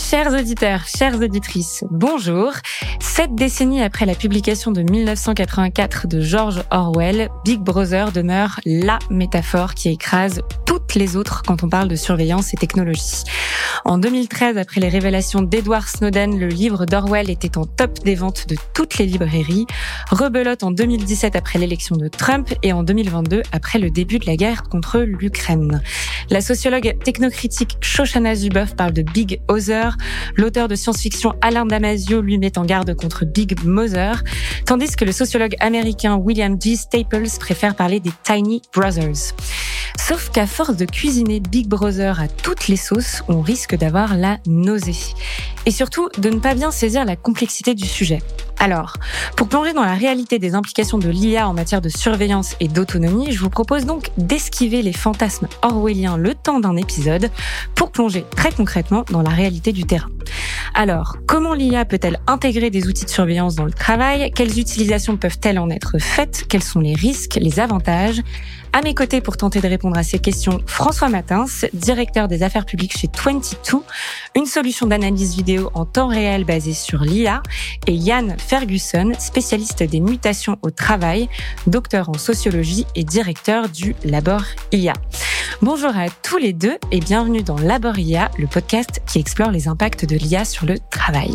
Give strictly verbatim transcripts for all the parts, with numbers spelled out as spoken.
Chers auditeurs, chères auditrices, bonjour. Sept décennies après la publication de dix-neuf cent quatre-vingt-quatre de George Orwell, Big Brother demeure la métaphore qui écrase toutes les autres quand on parle de surveillance et technologie. En deux mille treize, après les révélations d'Edward Snowden, le livre d'Orwell était en top des ventes de toutes les librairies. Rebelote en deux mille dix-sept après l'élection de Trump et en deux mille vingt-deux après le début de la guerre contre l'Ukraine. La sociologue technocritique Shoshana Zuboff parle de Big Other. L'auteur de science-fiction Alain Damasio lui met en garde contre Big Mother, tandis que le sociologue américain William G. Staples préfère parler des Tiny Brothers. Sauf qu'à force de cuisiner Big Brother à toutes les sauces, on risque d'avoir la nausée. Et surtout, de ne pas bien saisir la complexité du sujet. Alors, pour plonger dans la réalité des implications de l'I A en matière de surveillance et d'autonomie, je vous propose donc d'esquiver les fantasmes orwelliens le temps d'un épisode pour plonger très concrètement dans la réalité du terrain. Alors, comment l'I A peut-elle intégrer des outils de surveillance dans le travail ? Quelles utilisations peuvent-elles en être faites ? Quels sont les risques, les avantages ? À mes côtés, pour tenter de répondre à ces questions, François Matins, directeur des affaires publiques chez vingt-deux, une solution d'analyse vidéo en temps réel basée sur l'I A, et Yann Ferguson, spécialiste des mutations au travail, docteur en sociologie et directeur du Labor I A. Bonjour à tous les deux et bienvenue dans Labor I A, le podcast qui explore les impacts de l'I A sur le travail.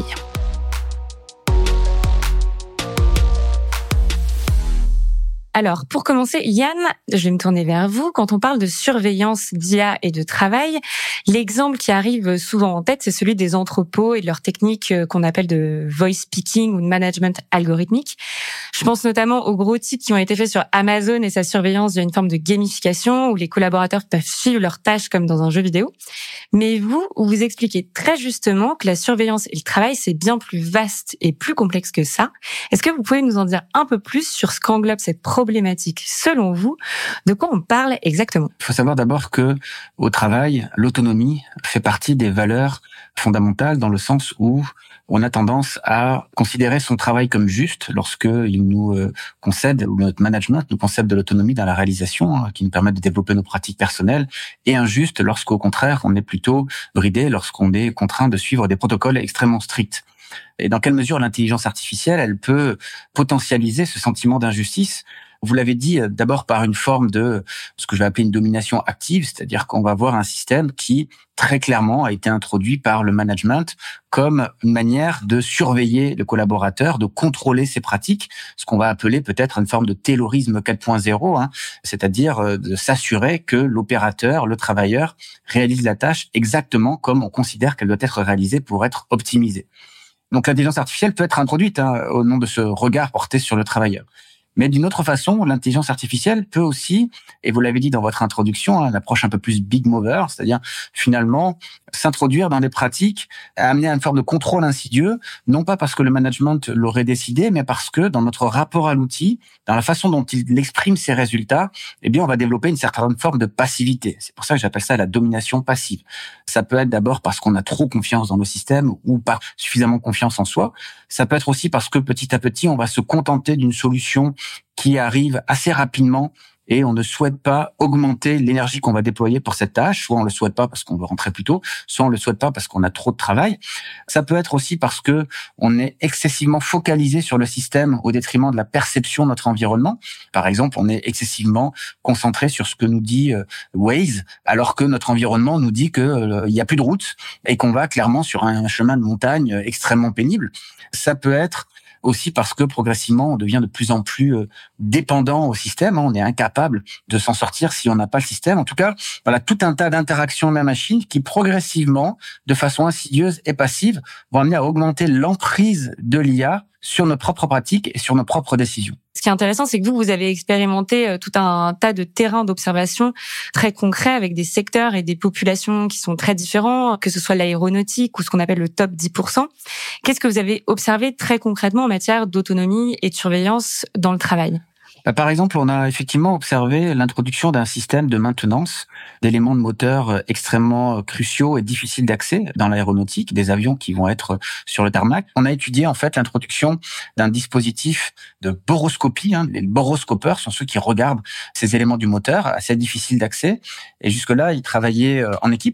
Alors, pour commencer, Yann, je vais me tourner vers vous. Quand on parle de surveillance d'I A et de travail, l'exemple qui arrive souvent en tête, c'est celui des entrepôts et de leurs techniques qu'on appelle de voice picking ou de management algorithmique. Je pense notamment aux gros titres qui ont été faits sur Amazon et sa surveillance via une forme de gamification où les collaborateurs peuvent suivre leurs tâches comme dans un jeu vidéo. Mais vous, vous expliquez très justement que la surveillance et le travail, c'est bien plus vaste et plus complexe que ça. Est-ce que vous pouvez nous en dire un peu plus sur ce qu'englobe cette problématique selon vous? De quoi on parle exactement? Il faut savoir d'abord que au travail, l'autonomie fait partie des valeurs fondamentales dans le sens où on a tendance à considérer son travail comme juste lorsque il nous concède, ou notre management nous concède de l'autonomie dans la réalisation, hein, qui nous permet de développer nos pratiques personnelles, et injuste lorsqu'au contraire on est plutôt bridé, lorsqu'on est contraint de suivre des protocoles extrêmement stricts. Et dans quelle mesure l'intelligence artificielle, elle peut potentialiser ce sentiment d'injustice? Vous l'avez dit, d'abord par une forme de ce que je vais appeler une domination active, c'est-à-dire qu'on va avoir un système qui, très clairement, a été introduit par le management comme une manière de surveiller le collaborateur, de contrôler ses pratiques, ce qu'on va appeler peut-être une forme de taylorisme quatre point zéro, hein, c'est-à-dire de s'assurer que l'opérateur, le travailleur, réalise la tâche exactement comme on considère qu'elle doit être réalisée pour être optimisée. Donc l'intelligence artificielle peut être introduite hein, au nom de ce regard porté sur le travailleur. Mais d'une autre façon, l'intelligence artificielle peut aussi, et vous l'avez dit dans votre introduction, hein, l'approche un peu plus big mover, c'est-à-dire finalement s'introduire dans des pratiques, amener à une forme de contrôle insidieux, non pas parce que le management l'aurait décidé, mais parce que dans notre rapport à l'outil, dans la façon dont il exprime ses résultats, eh bien on va développer une certaine forme de passivité. C'est pour ça que j'appelle ça la domination passive. Ça peut être d'abord parce qu'on a trop confiance dans le système ou pas suffisamment confiance en soi. Ça peut être aussi parce que petit à petit, on va se contenter d'une solution qui arrive assez rapidement et on ne souhaite pas augmenter l'énergie qu'on va déployer pour cette tâche. Soit on le souhaite pas parce qu'on veut rentrer plus tôt, soit on le souhaite pas parce qu'on a trop de travail. Ça peut être aussi parce que on est excessivement focalisé sur le système au détriment de la perception de notre environnement. Par exemple, on est excessivement concentré sur ce que nous dit euh, Waze, alors que notre environnement nous dit que euh, il y a plus de route et qu'on va clairement sur un chemin de montagne euh, extrêmement pénible. Ça peut être aussi parce que progressivement, on devient de plus en plus dépendant au système. On est incapable de s'en sortir si on n'a pas le système. En tout cas, voilà tout un tas d'interactions de la machine qui progressivement, de façon insidieuse et passive, vont amener à augmenter l'emprise de l'I A sur nos propres pratiques et sur nos propres décisions. Ce qui est intéressant, c'est que vous, vous avez expérimenté tout un tas de terrains d'observation très concrets avec des secteurs et des populations qui sont très différents, que ce soit l'aéronautique ou ce qu'on appelle le top dix pour cent. Qu'est-ce que vous avez observé très concrètement en matière d'autonomie et de surveillance dans le travail ? Par exemple, on a effectivement observé l'introduction d'un système de maintenance d'éléments de moteur extrêmement cruciaux et difficiles d'accès dans l'aéronautique, des avions qui vont être sur le tarmac. On a étudié en fait l'introduction d'un dispositif de boroscopie. Hein. Les boroscopeurs sont ceux qui regardent ces éléments du moteur assez difficiles d'accès. Et jusque-là, ils travaillaient en équipe.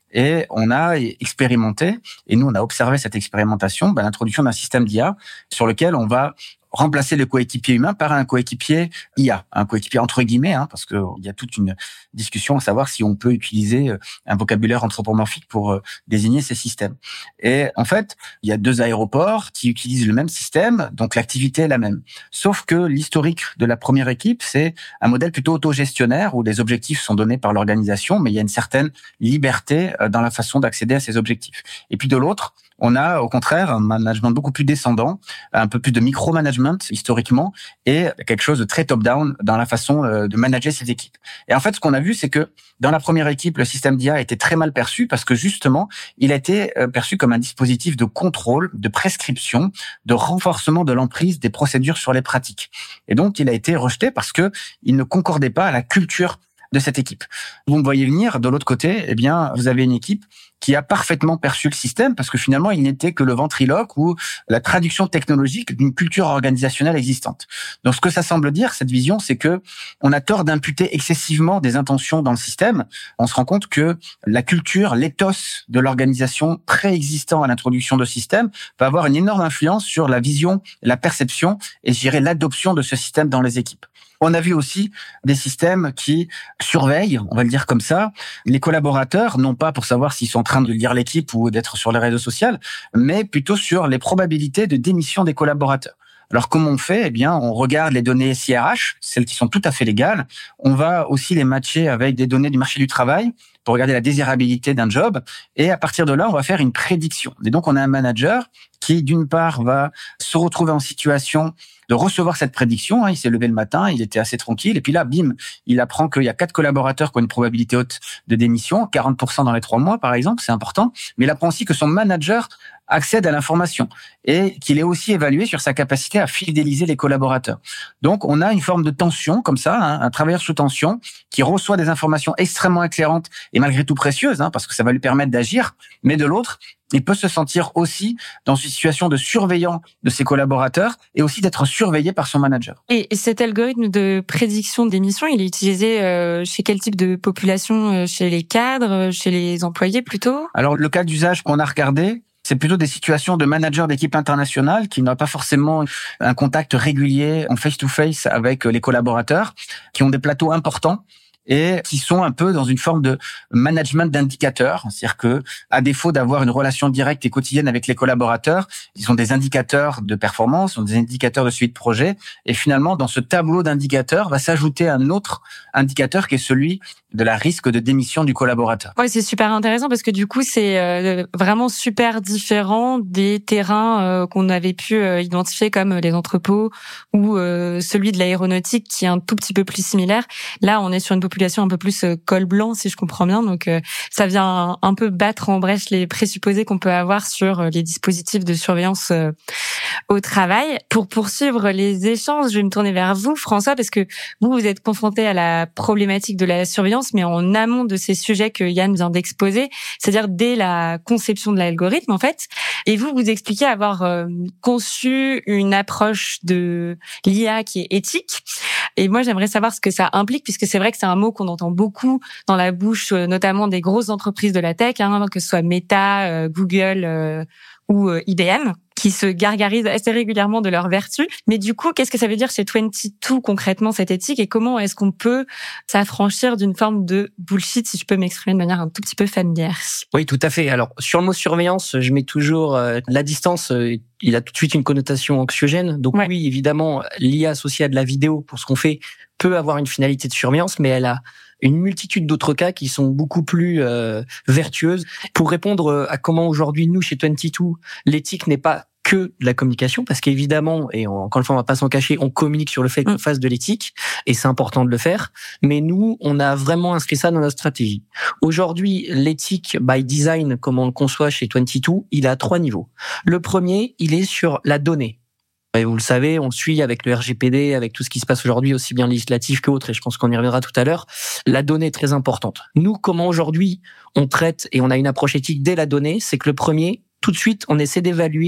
Et on a expérimenté, et nous on a observé cette expérimentation, ben, l'introduction d'un système d'I A sur lequel on va remplacer le coéquipier humain par un coéquipier I A, un coéquipier entre guillemets, hein, parce que il y a toute une discussion à savoir si on peut utiliser un vocabulaire anthropomorphique pour euh, désigner ces systèmes. Et en fait, il y a deux aéroports qui utilisent le même système, donc l'activité est la même. Sauf que l'historique de la première équipe, c'est un modèle plutôt autogestionnaire où les objectifs sont donnés par l'organisation, mais il y a une certaine liberté dans la façon d'accéder à ces objectifs. Et puis de l'autre, on a au contraire un management beaucoup plus descendant, un peu plus de micromanagement historiquement, et quelque chose de très top-down dans la façon de manager ces équipes. Et en fait, ce qu'on a vu, c'est que dans la première équipe, le système d'I A était très mal perçu parce que justement, il a été perçu comme un dispositif de contrôle, de prescription, de renforcement de l'emprise des procédures sur les pratiques. Et donc, il a été rejeté parce que il ne concordait pas à la culture de cette équipe. Vous me voyez venir, de l'autre côté, eh bien, vous avez une équipe qui a parfaitement perçu le système parce que finalement, il n'était que le ventriloque ou la traduction technologique d'une culture organisationnelle existante. Donc, ce que ça semble dire, cette vision, c'est que on a tort d'imputer excessivement des intentions dans le système. On se rend compte que la culture, l'éthos de l'organisation préexistant à l'introduction de système va avoir une énorme influence sur la vision, la perception et, je dirais, l'adoption de ce système dans les équipes. On a vu aussi des systèmes qui surveillent, on va le dire comme ça, les collaborateurs, non pas pour savoir s'ils sont en train de lire l'équipe ou d'être sur les réseaux sociaux, mais plutôt sur les probabilités de démission des collaborateurs. Alors, comment on fait? Eh bien, on regarde les données S I R H, celles qui sont tout à fait légales. On va aussi les matcher avec des données du marché du travail pour regarder la désirabilité d'un job. Et à partir de là, on va faire une prédiction. Et donc, on a un manager qui, d'une part, va se retrouver en situation de recevoir cette prédiction. Il s'est levé le matin, il était assez tranquille. Et puis là, bim, il apprend qu'il y a quatre collaborateurs qui ont une probabilité haute de démission, quarante pour cent dans les trois mois, par exemple, c'est important. Mais il apprend aussi que son manager accède à l'information et qu'il est aussi évalué sur sa capacité à fidéliser les collaborateurs. Donc, on a une forme de tension comme ça, hein, un travailleur sous tension qui reçoit des informations extrêmement éclairantes et malgré tout précieuses, hein, parce que ça va lui permettre d'agir. Mais de l'autre, il peut se sentir aussi dans une situation de surveillant de ses collaborateurs et aussi d'être surveillé par son manager. Et cet algorithme de prédiction d'émissions, il est utilisé euh, chez quel type de population? Chez les cadres, chez les employés plutôt? Alors, le cas d'usage qu'on a regardé, c'est plutôt des situations de managers d'équipe internationale qui n'ont pas forcément un contact régulier en face-to-face avec les collaborateurs, qui ont des plateaux importants et qui sont un peu dans une forme de management d'indicateurs. C'est-à-dire que, à défaut d'avoir une relation directe et quotidienne avec les collaborateurs, ils ont des indicateurs de performance, ils ont des indicateurs de suivi de projet. Et finalement, dans ce tableau d'indicateurs va s'ajouter un autre indicateur qui est celui de la risque de démission du collaborateur. Ouais, c'est super intéressant parce que du coup, c'est euh, vraiment super différent des terrains euh, qu'on avait pu euh, identifier comme les entrepôts ou euh, celui de l'aéronautique qui est un tout petit peu plus similaire. Là, on est sur une population un peu plus euh, col blanc, si je comprends bien. Donc, euh, ça vient un, un peu battre en brèche les présupposés qu'on peut avoir sur euh, les dispositifs de surveillance euh, au travail. Pour poursuivre les échanges, je vais me tourner vers vous, François, parce que vous, vous êtes confronté à la problématique de la surveillance, mais en amont de ces sujets que Yann vient d'exposer, c'est-à-dire dès la conception de l'algorithme, en fait. Et vous, vous expliquez avoir euh, conçu une approche de l'I A qui est éthique. Et moi, j'aimerais savoir ce que ça implique, puisque c'est vrai que c'est un mot qu'on entend beaucoup dans la bouche, euh, notamment des grosses entreprises de la tech, hein, que ce soit Meta, euh, Google euh, ou euh, I B M, qui se gargarisent assez régulièrement de leurs vertus. Mais du coup, qu'est-ce que ça veut dire chez vingt-deux concrètement, cette éthique, et comment est-ce qu'on peut s'affranchir d'une forme de bullshit, si je peux m'exprimer de manière un tout petit peu familière? Oui, tout à fait. Alors, sur le mot surveillance, je mets toujours euh, la distance, euh, il a tout de suite une connotation anxiogène. Donc ouais. Oui, évidemment, l'I A associée à de la vidéo pour ce qu'on fait peut avoir une finalité de surveillance, mais elle a une multitude d'autres cas qui sont beaucoup plus euh, vertueuses. Pour répondre à comment aujourd'hui, nous, chez vingt-deux, l'éthique n'est pas que de la communication, parce qu'évidemment, et encore une fois, on va pas s'en cacher, on communique sur le fait qu'on fasse de l'éthique, et c'est important de le faire, mais nous, on a vraiment inscrit ça dans notre stratégie. Aujourd'hui, l'éthique by design, comme on le conçoit chez vingt-deux, il est à trois niveaux. Le premier, il est sur la donnée. Et vous le savez, on le suit avec le R G P D, avec tout ce qui se passe aujourd'hui, aussi bien législatif qu'autre, et je pense qu'on y reviendra tout à l'heure. La donnée est très importante. Nous, comment aujourd'hui on traite et on a une approche éthique dès la donnée, c'est que le premier, tout de suite, on essaie d'évaluer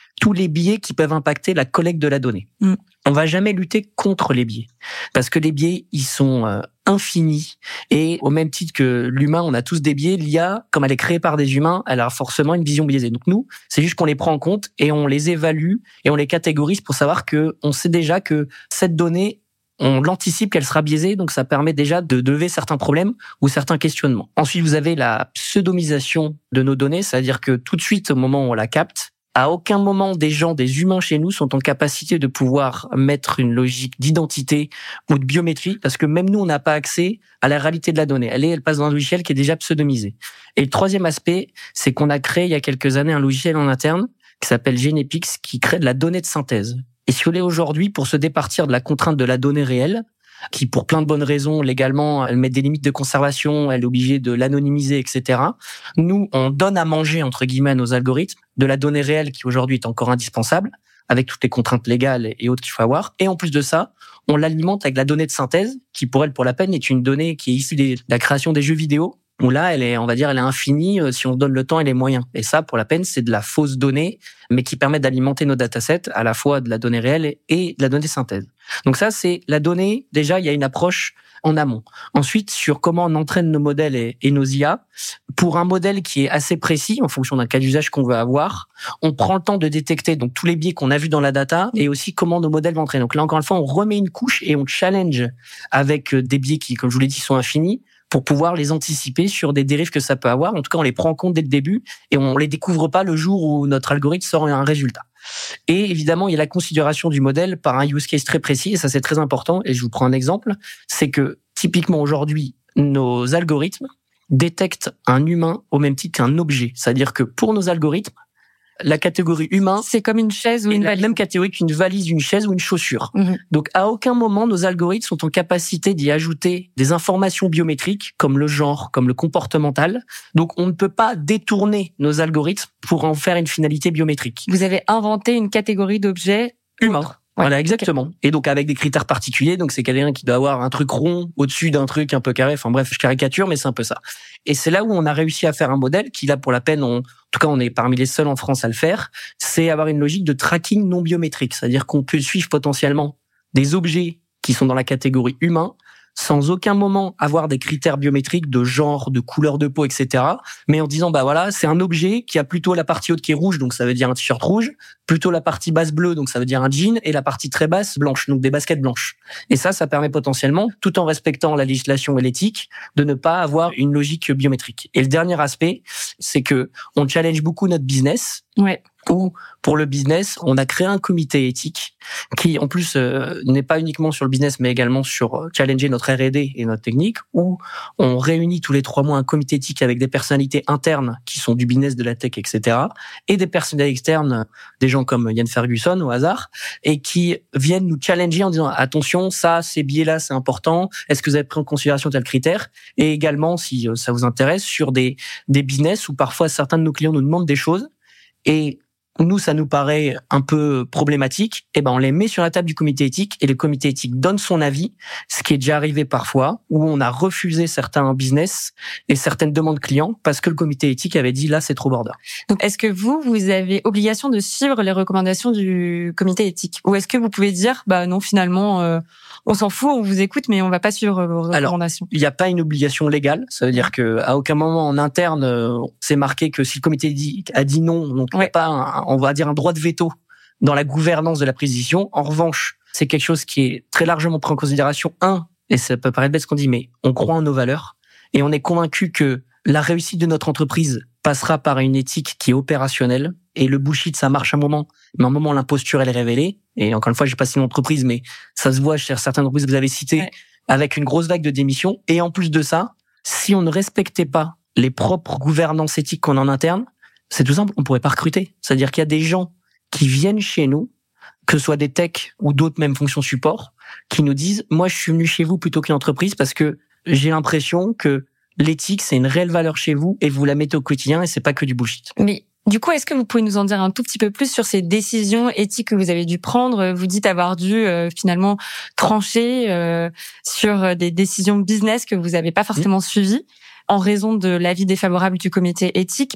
tous les biais qui peuvent impacter la collecte de la donnée. Mm. On va jamais lutter contre les biais, parce que les biais, ils sont euh, infinis, et au même titre que l'humain, on a tous des biais. L'I A, comme elle est créée par des humains, elle a forcément une vision biaisée. Donc nous, c'est juste qu'on les prend en compte et on les évalue et on les catégorise pour savoir que on sait déjà que cette donnée, on l'anticipe qu'elle sera biaisée, donc ça permet déjà de lever certains problèmes ou certains questionnements. Ensuite, vous avez la pseudomisation de nos données, c'est-à-dire que tout de suite, au moment où on la capte, à aucun moment des gens, des humains chez nous sont en capacité de pouvoir mettre une logique d'identité ou de biométrie, parce que même nous, on n'a pas accès à la réalité de la donnée. Elle est, elle passe dans un logiciel qui est déjà pseudomisé. Et le troisième aspect, c'est qu'on a créé il y a quelques années un logiciel en interne qui s'appelle Genepix, qui crée de la donnée de synthèse. Et si vous voulez, aujourd'hui, pour se départir de la contrainte de la donnée réelle, qui pour plein de bonnes raisons, légalement, elle met des limites de conservation, elle est obligée de l'anonymiser, et cetera. Nous, on donne à manger, entre guillemets, à nos algorithmes de la donnée réelle qui aujourd'hui est encore indispensable, avec toutes les contraintes légales et autres qu'il faut avoir. Et en plus de ça, on l'alimente avec la donnée de synthèse, qui pour elle, pour la peine, est une donnée qui est issue de la création des jeux vidéo, où là, elle est, on va dire, elle est infinie si on se donne le temps et les moyens. Et ça, pour la peine, c'est de la fausse donnée, mais qui permet d'alimenter nos datasets, à la fois de la donnée réelle et de la donnée synthèse. Donc ça, c'est la donnée. Déjà, il y a une approche en amont. Ensuite, sur comment on entraîne nos modèles et, et nos I A. Pour un modèle qui est assez précis, en fonction d'un cas d'usage qu'on veut avoir, on prend le temps de détecter donc tous les biais qu'on a vus dans la data et aussi comment nos modèles vont entraîner. Donc là, encore une fois, on remet une couche et on challenge avec des biais qui, comme je vous l'ai dit, sont infinis, pour pouvoir les anticiper sur des dérives que ça peut avoir. En tout cas, on les prend en compte dès le début et on les découvre pas le jour où notre algorithme sort un résultat. Et évidemment, il y a la considération du modèle par un use case très précis, et ça c'est très important. Et je vous prends un exemple, c'est que typiquement aujourd'hui, nos algorithmes détectent un humain au même titre qu'un objet. C'est-à-dire que pour nos algorithmes, la catégorie humain, c'est comme une chaise ou une la valise. Même catégorie qu'une valise, une chaise ou une chaussure. Mmh. Donc, à aucun moment, nos algorithmes sont en capacité d'y ajouter des informations biométriques, comme le genre, comme le comportemental. Donc, on ne peut pas détourner nos algorithmes pour en faire une finalité biométrique. Vous avez inventé une catégorie d'objets humains. Ouais. Voilà, exactement. Okay. Et donc, avec des critères particuliers. Donc, c'est quelqu'un qui doit avoir un truc rond au-dessus d'un truc un peu carré. Enfin, bref, je caricature, mais c'est un peu ça. Et c'est là où on a réussi à faire un modèle qui, là, pour la peine, on, en tout cas, on est parmi les seuls en France à le faire. C'est avoir une logique de tracking non biométrique. C'est-à-dire qu'on peut suivre potentiellement des objets qui sont dans la catégorie humain, sans aucun moment avoir des critères biométriques de genre, de couleur de peau, et cetera. Mais en disant, bah voilà, c'est un objet qui a plutôt la partie haute qui est rouge, donc ça veut dire un t-shirt rouge, plutôt la partie basse bleue, donc ça veut dire un jean, et la partie très basse blanche, donc des baskets blanches. Et ça, ça permet potentiellement, tout en respectant la législation et l'éthique, de ne pas avoir une logique biométrique. Et le dernier aspect, c'est que on challenge beaucoup notre business. Ouais. Où, pour le business, on a créé un comité éthique qui, en plus, euh, n'est pas uniquement sur le business, mais également sur challenger notre R et D et notre technique, où on réunit tous les trois mois un comité éthique avec des personnalités internes qui sont du business, de la tech, et cetera, et des personnalités externes, des gens comme Ian Ferguson au hasard, et qui viennent nous challenger en disant attention, ça, ces biais-là, c'est important. Est-ce que vous avez pris en considération tel critère? Et également, si ça vous intéresse, sur des des business où parfois certains de nos clients nous demandent des choses et nous, ça nous paraît un peu problématique, eh ben, on les met sur la table du comité éthique et le comité éthique donne son avis, ce qui est déjà arrivé parfois, où on a refusé certains business et certaines demandes clients parce que le comité éthique avait dit là, c'est trop border. Donc, est-ce que vous, vous avez obligation de suivre les recommandations du comité éthique? Ou est-ce que vous pouvez dire, bah non, finalement, euh, on s'en fout, on vous écoute, mais on va pas suivre vos recommandations? Alors, il n'y a pas une obligation légale. Ça veut dire que à aucun moment en interne, euh, c'est marqué que si le comité éthique a dit non, donc ouais. pas un, on va dire un droit de veto dans la gouvernance de la prise de décision. En revanche, c'est quelque chose qui est très largement pris en considération. Un, et ça peut paraître bête ce qu'on dit, mais on croit en nos valeurs et on est convaincu que la réussite de notre entreprise passera par une éthique qui est opérationnelle. Et le bullshit, ça marche un moment, mais à un moment, l'imposture, elle est révélée. Et encore une fois, j'ai pas cité une entreprise, mais ça se voit chez certaines entreprises que vous avez citées, ouais. avec une grosse vague de démissions. Et en plus de ça, si on ne respectait pas les propres gouvernances éthiques qu'on a en interne, c'est tout simple, on pourrait pas recruter. C'est-à-dire qu'il y a des gens qui viennent chez nous, que ce soit des techs ou d'autres mêmes fonctions support, qui nous disent, moi, je suis venu chez vous plutôt qu'une entreprise parce que j'ai l'impression que l'éthique, c'est une réelle valeur chez vous et vous la mettez au quotidien et c'est pas que du bullshit. Mais du coup, est-ce que vous pouvez nous en dire un tout petit peu plus sur ces décisions éthiques que vous avez dû prendre? Vous dites avoir dû euh, finalement trancher euh, sur des décisions business que vous n'avez pas forcément mmh. suivies en raison de l'avis défavorable du comité éthique.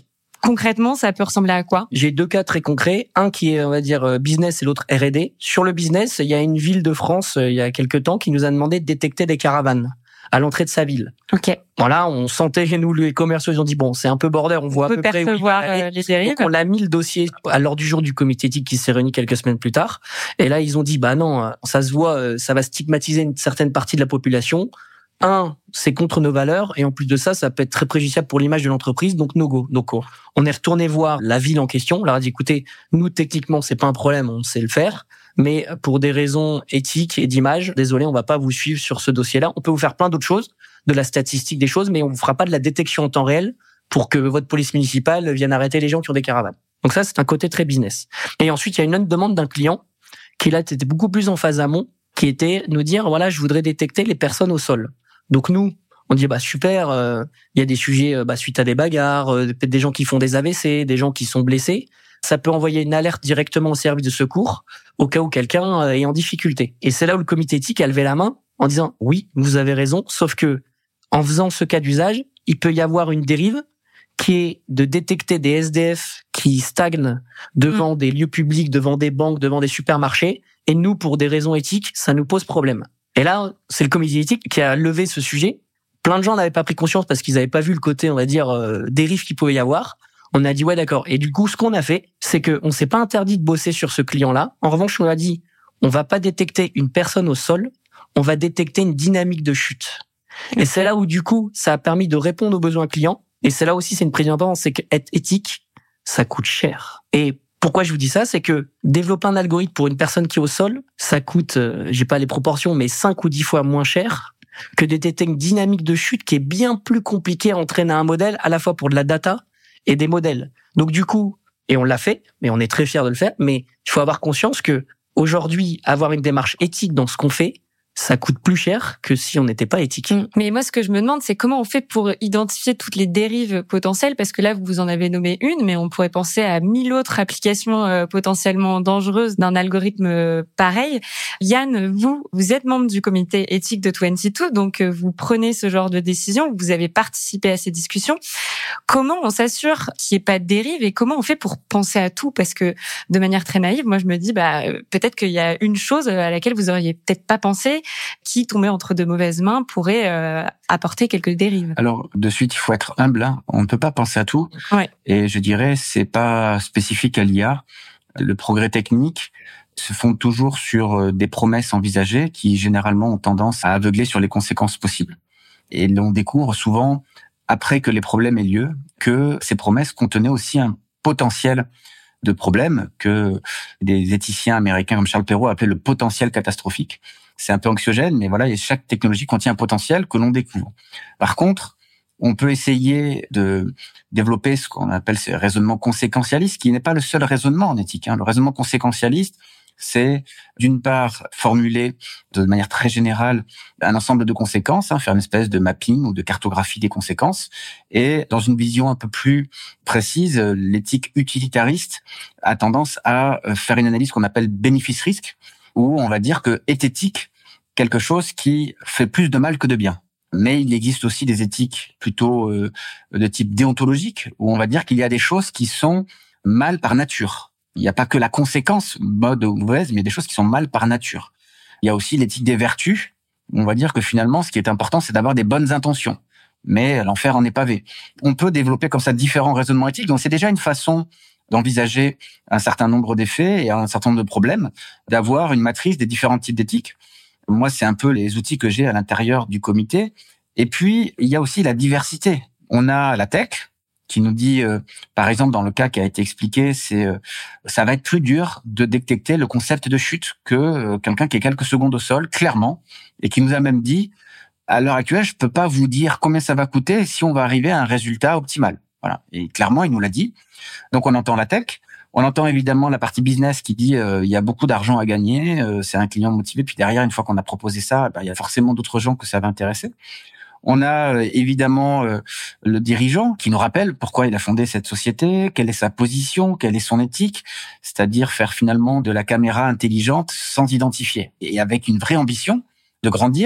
Concrètement, ça peut ressembler à quoi? J'ai deux cas très concrets. Un qui est, on va dire, business et l'autre R et D. Sur le business, il y a une ville de France, il y a quelques temps, qui nous a demandé de détecter des caravanes à l'entrée de sa ville. Ok. Voilà, on sentait, nous, les commerciaux, ils ont dit, bon, c'est un peu border, on voit on à peu près... On peut percevoir euh, les dérives. Donc, on a mis le dossier à l'ordre du jour du comité éthique qui s'est réuni quelques semaines plus tard. Et là, ils ont dit, bah non, ça se voit, ça va stigmatiser une certaine partie de la population. Un, c'est contre nos valeurs, et en plus de ça, ça peut être très préjudiciable pour l'image de l'entreprise, donc no go. Donc, on est retourné voir la ville en question. On leur a dit, écoutez, nous, techniquement, c'est pas un problème, on sait le faire, mais pour des raisons éthiques et d'image, désolé, on va pas vous suivre sur ce dossier-là. On peut vous faire plein d'autres choses, de la statistique des choses, mais on vous fera pas de la détection en temps réel pour que votre police municipale vienne arrêter les gens qui ont des caravanes. Donc ça, c'est un côté très business. Et ensuite, il y a une autre demande d'un client qui, là, était beaucoup plus en phase amont, qui était nous dire, voilà, je voudrais détecter les personnes au sol. Donc nous, on dit bah super, il euh, y a des sujets euh, bah, suite à des bagarres, euh, peut-être des gens qui font des A V C, des gens qui sont blessés. Ça peut envoyer une alerte directement au service de secours au cas où quelqu'un euh, est en difficulté. Et c'est là où le comité éthique a levé la main en disant oui, vous avez raison, sauf que en faisant ce cas d'usage, il peut y avoir une dérive qui est de détecter des S D F qui stagnent devant mmh. des lieux publics, devant des banques, devant des supermarchés. Et nous, pour des raisons éthiques, ça nous pose problème. Et là, c'est le comité éthique qui a levé ce sujet. Plein de gens n'avaient pas pris conscience parce qu'ils n'avaient pas vu le côté, on va dire, euh, dérive qu'il pouvait y avoir. On a dit, ouais, d'accord. Et du coup, ce qu'on a fait, c'est qu'on s'est pas interdit de bosser sur ce client-là. En revanche, on a dit, on va pas détecter une personne au sol, on va détecter une dynamique de chute. Et c'est là où, du coup, ça a permis de répondre aux besoins clients. Et c'est là aussi, c'est une prise d'importance, c'est qu'être éthique, ça coûte cher. Et pourquoi je vous dis ça, c'est que développer un algorithme pour une personne qui est au sol, ça coûte, euh, j'ai pas les proportions, mais cinq ou dix fois moins cher que de détecter une dynamique de chute qui est bien plus compliquée à entraîner un modèle, à la fois pour de la data et des modèles. Donc du coup, et on l'a fait, mais on est très fiers de le faire, mais il faut avoir conscience que aujourd'hui, avoir une démarche éthique dans ce qu'on fait, ça coûte plus cher que si on n'était pas éthique. Mais moi, ce que je me demande, c'est comment on fait pour identifier toutes les dérives potentielles, parce que là, vous en avez nommé une, mais on pourrait penser à mille autres applications euh, potentiellement dangereuses d'un algorithme euh, pareil. Yann, vous, vous êtes membre du comité éthique de vingt-deux, donc euh, vous prenez ce genre de décision, vous avez participé à ces discussions. Comment on s'assure qu'il n'y ait pas de dérive et comment on fait pour penser à tout? Parce que de manière très naïve, moi, je me dis, bah, peut-être qu'il y a une chose à laquelle vous auriez peut-être pas pensé, qui, tombé entre de mauvaises mains, pourrait euh, apporter quelques dérives. Alors, de suite, il faut être humble. Hein. On ne peut pas penser à tout. Ouais. Et je dirais, c'est pas spécifique à l'I A. Le progrès technique se fonde toujours sur des promesses envisagées qui, généralement, ont tendance à aveugler sur les conséquences possibles. Et l'on découvre souvent, après que les problèmes aient lieu, que ces promesses contenaient aussi un potentiel de problème que des éthiciens américains comme Charles Perrow appelaient le potentiel catastrophique. C'est un peu anxiogène, mais voilà, et chaque technologie contient un potentiel que l'on découvre. Par contre, on peut essayer de développer ce qu'on appelle ce raisonnement conséquentialiste, qui n'est pas le seul raisonnement en éthique. Hein. Le raisonnement conséquentialiste, c'est d'une part formuler de manière très générale un ensemble de conséquences, hein, faire une espèce de mapping ou de cartographie des conséquences, et dans une vision un peu plus précise, l'éthique utilitariste a tendance à faire une analyse qu'on appelle bénéfice-risque, où on va dire que est éthique quelque chose qui fait plus de mal que de bien. Mais il existe aussi des éthiques plutôt euh, de type déontologique, où on va dire qu'il y a des choses qui sont mal par nature. Il n'y a pas que la conséquence, bonne ou mauvaise, mais il y a des choses qui sont mal par nature. Il y a aussi l'éthique des vertus. On va dire que finalement, ce qui est important, c'est d'avoir des bonnes intentions. Mais l'enfer en est pavé. On peut développer comme ça différents raisonnements éthiques. Donc c'est déjà une façon d'envisager un certain nombre d'effets et un certain nombre de problèmes, d'avoir une matrice des différents types d'éthique. Moi, c'est un peu les outils que j'ai à l'intérieur du comité. Et puis, il y a aussi la diversité. On a la tech qui nous dit, euh, par exemple, dans le cas qui a été expliqué, c'est euh, ça va être plus dur de détecter le concept de chute que euh, quelqu'un qui est quelques secondes au sol, clairement, et qui nous a même dit, à l'heure actuelle, je peux pas vous dire combien ça va coûter si on va arriver à un résultat optimal. Voilà. Et clairement, il nous l'a dit. Donc, on entend la tech. On entend évidemment la partie business qui dit euh, il y a beaucoup d'argent à gagner, euh, c'est un client motivé. Puis derrière, une fois qu'on a proposé ça, ben, il y a forcément d'autres gens que ça va intéresser. On a euh, évidemment euh, le dirigeant qui nous rappelle pourquoi il a fondé cette société, quelle est sa position, quelle est son éthique, c'est-à-dire faire finalement de la caméra intelligente sans identifier et avec une vraie ambition de grandir,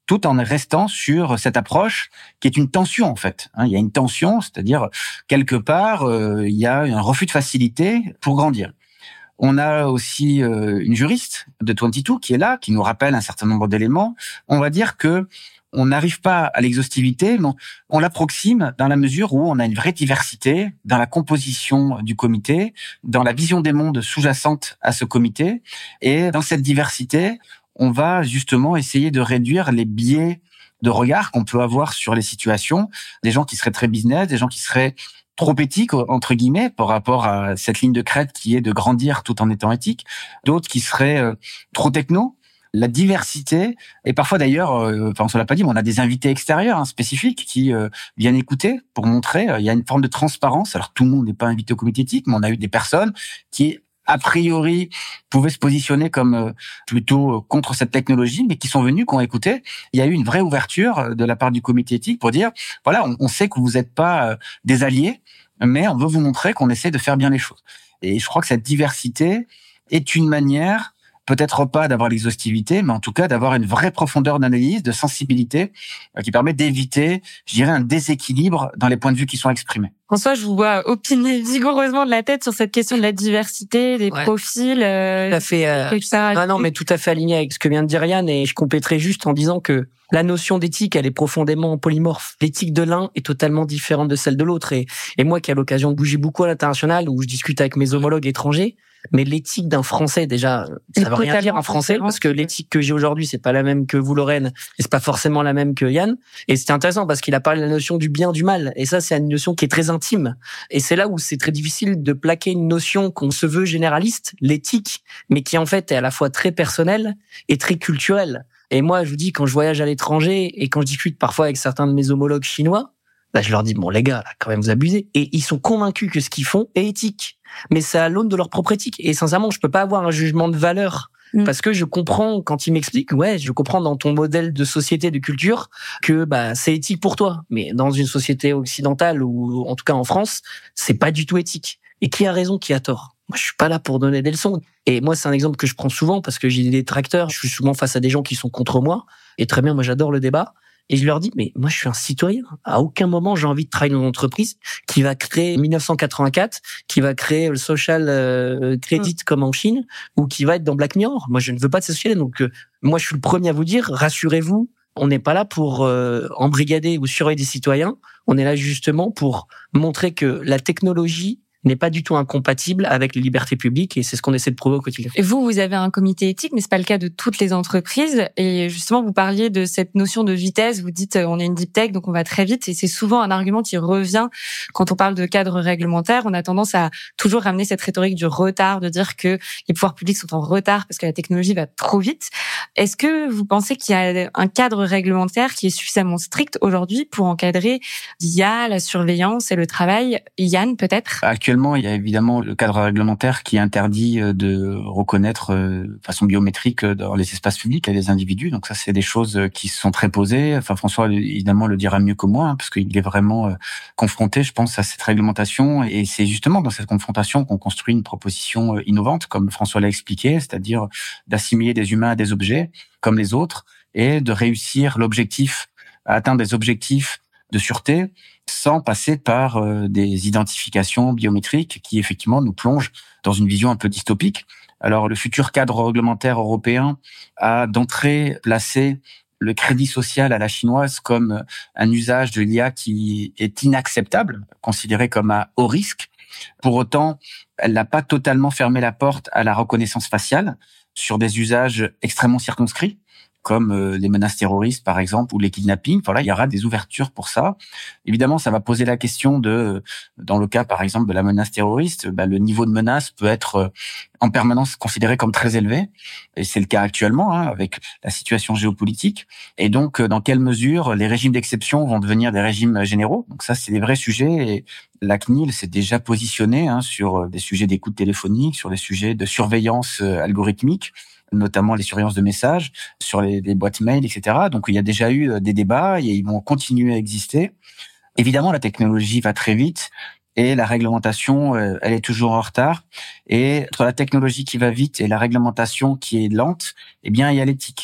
tout en restant sur cette approche qui est une tension en fait. Il y a une tension, c'est-à-dire quelque part, euh, il y a un refus de facilité pour grandir. On a aussi euh, une juriste de vingt-deux qui est là, qui nous rappelle un certain nombre d'éléments. On va dire que on n'arrive pas à l'exhaustivité, mais on l'approxime dans la mesure où on a une vraie diversité dans la composition du comité, dans la vision des mondes sous-jacente à ce comité. Et dans cette diversité, on va justement essayer de réduire les biais de regard qu'on peut avoir sur les situations. Des gens qui seraient très business, des gens qui seraient trop éthiques, entre guillemets, par rapport à cette ligne de crête qui est de grandir tout en étant éthique. D'autres qui seraient euh, trop techno. La diversité, et parfois d'ailleurs, euh, enfin on se l'a pas dit, mais on a des invités extérieurs hein, spécifiques qui euh, viennent écouter pour montrer. Euh, il y a une forme de transparence. Alors tout le monde n'est pas invité au comité éthique, mais on a eu des personnes qui a priori pouvaient se positionner comme euh, plutôt euh, contre cette technologie, mais qui sont venus, qui ont écouté. Il y a eu une vraie ouverture de la part du comité éthique pour dire voilà, on, on sait que vous n'êtes pas euh, des alliés, mais on veut vous montrer qu'on essaie de faire bien les choses. Et je crois que cette diversité est une manière peut-être pas d'avoir l'exhaustivité, mais en tout cas d'avoir une vraie profondeur d'analyse, de sensibilité, euh, qui permet d'éviter, je dirais, un déséquilibre dans les points de vue qui sont exprimés. François, je vous vois opiner vigoureusement de la tête sur cette question de la diversité, des ouais. profils. Euh, tout à fait. Euh, ça non, non, mais tout à fait aligné avec ce que vient de dire Yann, et je compléterai juste en disant que la notion d'éthique, elle est profondément polymorphe. L'éthique de l'un est totalement différente de celle de l'autre. Et, et moi, qui ai l'occasion de bouger beaucoup à l'international, où je discute avec mes homologues étrangers, mais l'éthique d'un Français, déjà, ça veut rien dire en français, parce que l'éthique que j'ai aujourd'hui, c'est pas la même que vous, Lorraine, et c'est pas forcément la même que Yann. Et c'était intéressant parce qu'il a parlé de la notion du bien, du mal. Et ça, c'est une notion qui est très intime. Et c'est là où c'est très difficile de plaquer une notion qu'on se veut généraliste, l'éthique, mais qui en fait est à la fois très personnelle et très culturelle. Et moi, je vous dis, quand je voyage à l'étranger et quand je discute parfois avec certains de mes homologues chinois, là, je leur dis, bon, les gars, là, quand même, vous abusez. Et ils sont convaincus que ce qu'ils font est éthique. Mais c'est à l'aune de leur propre éthique. Et sincèrement, je peux pas avoir un jugement de valeur. Mmh. Parce que je comprends, quand ils m'expliquent, ouais, je comprends dans ton modèle de société, de culture, que, bah, c'est éthique pour toi. Mais dans une société occidentale, ou en tout cas en France, c'est pas du tout éthique. Et qui a raison, qui a tort? Moi, je suis pas là pour donner des leçons. Et moi, c'est un exemple que je prends souvent parce que j'ai des détracteurs. Je suis souvent face à des gens qui sont contre moi. Et très bien, moi, j'adore le débat. Et je leur dis, mais moi, je suis un citoyen. À aucun moment, j'ai envie de travailler dans une entreprise qui va créer mille neuf cent quatre-vingt-quatre, qui va créer le social euh, credit mmh. comme en Chine, ou qui va être dans Black Mirror. Moi, je ne veux pas de ce social. Donc, euh, moi, je suis le premier à vous dire, rassurez-vous, on n'est pas là pour euh, embrigader ou surveiller des citoyens. On est là justement pour montrer que la technologie n'est pas du tout incompatible avec les libertés publiques, et c'est ce qu'on essaie de prouver au quotidien. Et vous, vous avez un comité éthique, mais c'est pas le cas de toutes les entreprises. Et justement, vous parliez de cette notion de vitesse. Vous dites, on est une deep tech, donc on va très vite. Et c'est souvent un argument qui revient quand on parle de cadre réglementaire. On a tendance à toujours ramener cette rhétorique du retard, de dire que les pouvoirs publics sont en retard parce que la technologie va trop vite. Est-ce que vous pensez qu'il y a un cadre réglementaire qui est suffisamment strict aujourd'hui pour encadrer l'I A, la surveillance et le travail? Yann, peut-être? Actuellement, il y a évidemment le cadre réglementaire qui interdit de reconnaître de façon biométrique dans les espaces publics à des individus. Donc ça, c'est des choses qui sont très posées. Enfin, François, évidemment, le dira mieux que moi, hein, parce qu'il est vraiment confronté, je pense, à cette réglementation. Et c'est justement dans cette confrontation qu'on construit une proposition innovante, comme François l'a expliqué, c'est-à-dire d'assimiler des humains à des objets comme les autres et de réussir l'objectif, à atteindre des objectifs de sûreté sans passer par euh, des identifications biométriques qui effectivement nous plongent dans une vision un peu dystopique. Alors le futur cadre réglementaire européen a d'entrée placé le crédit social à la chinoise comme un usage de l'I A qui est inacceptable, considéré comme à haut risque. Pour autant, elle n'a pas totalement fermé la porte à la reconnaissance faciale sur des usages extrêmement circonscrits, comme euh, les menaces terroristes, par exemple, ou les kidnappings. Voilà, il y aura des ouvertures pour ça. Évidemment, ça va poser la question de, dans le cas, par exemple, de la menace terroriste, bah, le niveau de menace peut être euh, en permanence considéré comme très élevé. Et c'est le cas actuellement, hein, avec la situation géopolitique. Et donc, euh, dans quelle mesure les régimes d'exception vont devenir des régimes généraux? Donc ça, c'est des vrais sujets. Et la C N I L s'est déjà positionnée hein, sur des sujets d'écoute téléphonique, sur des sujets de surveillance euh, algorithmique, notamment les surveillances de messages sur les, les boîtes mail, et cetera. Donc, il y a déjà eu des débats et ils vont continuer à exister. Évidemment, la technologie va très vite et la réglementation, elle est toujours en retard. Et entre la technologie qui va vite et la réglementation qui est lente, eh bien, il y a l'éthique.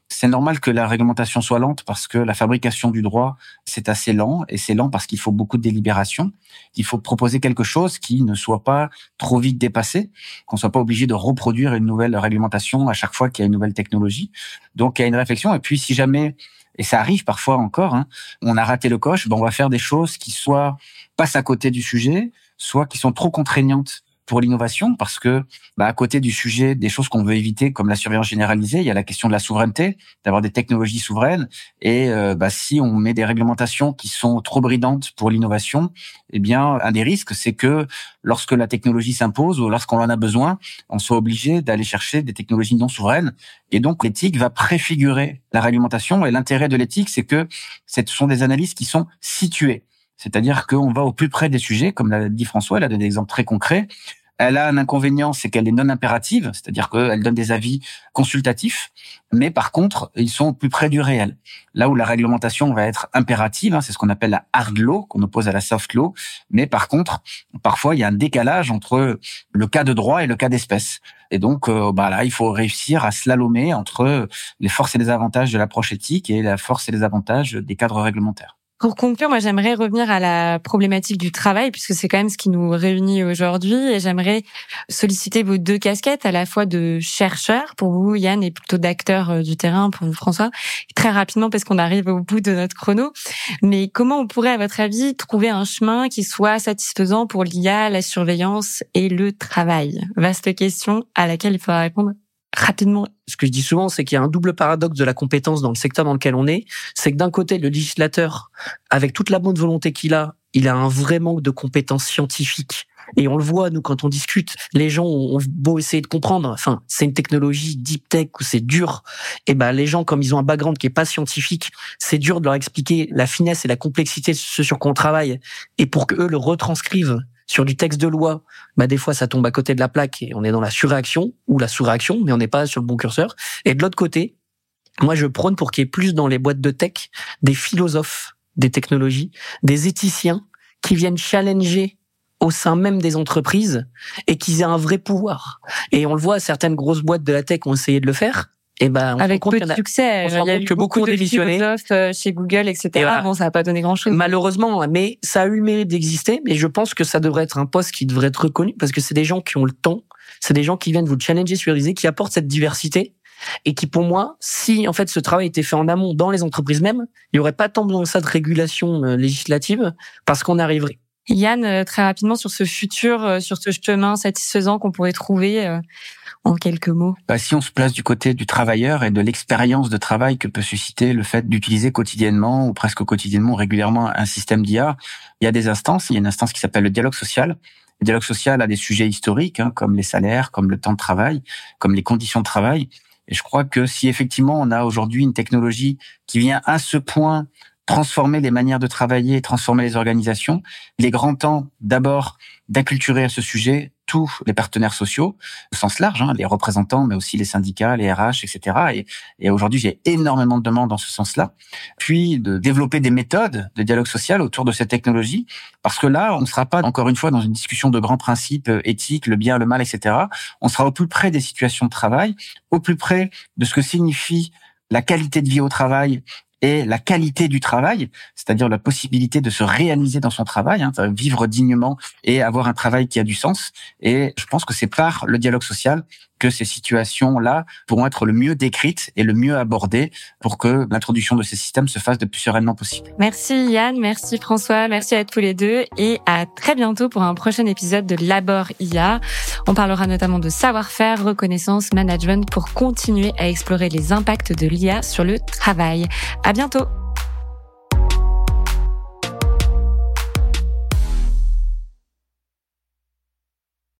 C'est normal que la réglementation soit lente parce que la fabrication du droit, c'est assez lent. Et c'est lent parce qu'il faut beaucoup de délibération. Il faut proposer quelque chose qui ne soit pas trop vite dépassé, qu'on soit pas obligé de reproduire une nouvelle réglementation à chaque fois qu'il y a une nouvelle technologie. Donc, il y a une réflexion. Et puis, si jamais, et ça arrive parfois encore, hein, on a raté le coche, ben on va faire des choses qui soit passent à côté du sujet, soit qui sont trop contraignantes pour l'innovation, parce que bah, à côté du sujet, des choses qu'on veut éviter, comme la surveillance généralisée, il y a la question de la souveraineté, d'avoir des technologies souveraines. Et euh, bah, si on met des réglementations qui sont trop bridantes pour l'innovation, eh bien, un des risques, c'est que lorsque la technologie s'impose ou lorsqu'on en a besoin, on soit obligé d'aller chercher des technologies non souveraines. Et donc, l'éthique va préfigurer la réglementation. Et l'intérêt de l'éthique, c'est que ce sont des analyses qui sont situées. C'est-à-dire qu'on va au plus près des sujets, comme l'a dit François, elle a donné des exemples très concrets. Elle a un inconvénient, c'est qu'elle est non impérative, c'est-à-dire qu'elle donne des avis consultatifs, mais par contre, ils sont au plus près du réel. Là où la réglementation va être impérative, hein, c'est ce qu'on appelle la hard law, qu'on oppose à la soft law, mais par contre, parfois, il y a un décalage entre le cas de droit et le cas d'espèce. Et donc, euh, bah là, il faut réussir à slalomer entre les forces et les avantages de l'approche éthique et la force et les avantages des cadres réglementaires. Pour conclure, moi, j'aimerais revenir à la problématique du travail, puisque c'est quand même ce qui nous réunit aujourd'hui. Et j'aimerais solliciter vos deux casquettes, à la fois de chercheur pour vous, Yann, et plutôt d'acteur du terrain pour vous, François. Très rapidement, parce qu'on arrive au bout de notre chrono. Mais comment on pourrait, à votre avis, trouver un chemin qui soit satisfaisant pour l'I A, la surveillance et le travail? Vaste question à laquelle il faudra répondre rapidement. Ce que je dis souvent, c'est qu'il y a un double paradoxe de la compétence dans le secteur dans lequel on est. C'est que d'un côté, le législateur, avec toute la bonne volonté qu'il a, il a un vrai manque de compétences scientifiques. Et on le voit, nous, quand on discute, les gens ont beau essayer de comprendre, enfin, c'est une technologie deep tech où c'est dur. Et ben, les gens, comme ils ont un background qui est pas scientifique, c'est dur de leur expliquer la finesse et la complexité de ce sur quoi on travaille. Et pour qu'eux le retranscrivent sur du texte de loi, bah des fois ça tombe à côté de la plaque et on est dans la surréaction ou la sous-réaction, mais on n'est pas sur le bon curseur. Et de l'autre côté, moi je prône pour qu'il y ait plus dans les boîtes de tech des philosophes des technologies, des éthiciens qui viennent challenger au sein même des entreprises et qu'ils aient un vrai pouvoir. Et on le voit, certaines grosses boîtes de la tech ont essayé de le faire. Et ben, on avec peu de succès. On se rend compte que beaucoup ont démissionné chez Google, et cetera. Et voilà. Bon, ça n'a pas donné grand-chose. Malheureusement, mais ça a eu le mérite d'exister. Mais je pense que ça devrait être un poste qui devrait être reconnu parce que c'est des gens qui ont le temps, c'est des gens qui viennent vous challenger sur les idées, qui apportent cette diversité et qui, pour moi, si en fait ce travail était fait en amont dans les entreprises mêmes, il y aurait pas tant besoin de ça de régulation législative parce qu'on arriverait. Yann, très rapidement sur ce futur, sur ce chemin satisfaisant qu'on pourrait trouver. Euh... En quelques mots. Bah, si on se place du côté du travailleur et de l'expérience de travail que peut susciter le fait d'utiliser quotidiennement ou presque quotidiennement, régulièrement un système d'I A, il y a des instances. Il y a une instance qui s'appelle le dialogue social. Le dialogue social a des sujets historiques, hein, comme les salaires, comme le temps de travail, comme les conditions de travail. Et je crois que si effectivement on a aujourd'hui une technologie qui vient à ce point transformer les manières de travailler et transformer les organisations, il est grand temps d'abord d'acculturer à ce sujet tous les partenaires sociaux, au sens large, hein, les représentants, mais aussi les syndicats, les R H, et cetera. Et, et aujourd'hui, j'ai énormément de demandes dans ce sens-là. Puis de développer des méthodes de dialogue social autour de cette technologie, parce que là, on ne sera pas, encore une fois, dans une discussion de grands principes éthiques, le bien, le mal, et cetera. On sera au plus près des situations de travail, au plus près de ce que signifie la qualité de vie au travail et la qualité du travail, c'est-à-dire la possibilité de se réaliser dans son travail, hein, vivre dignement et avoir un travail qui a du sens. Et je pense que c'est par le dialogue social que ces situations-là pourront être le mieux décrites et le mieux abordées pour que l'introduction de ces systèmes se fasse le plus sereinement possible. Merci Yann, merci François, merci à tous les deux et à très bientôt pour un prochain épisode de Labor I A. On parlera notamment de savoir-faire, reconnaissance, management pour continuer à explorer les impacts de l'I A sur le travail. À bientôt.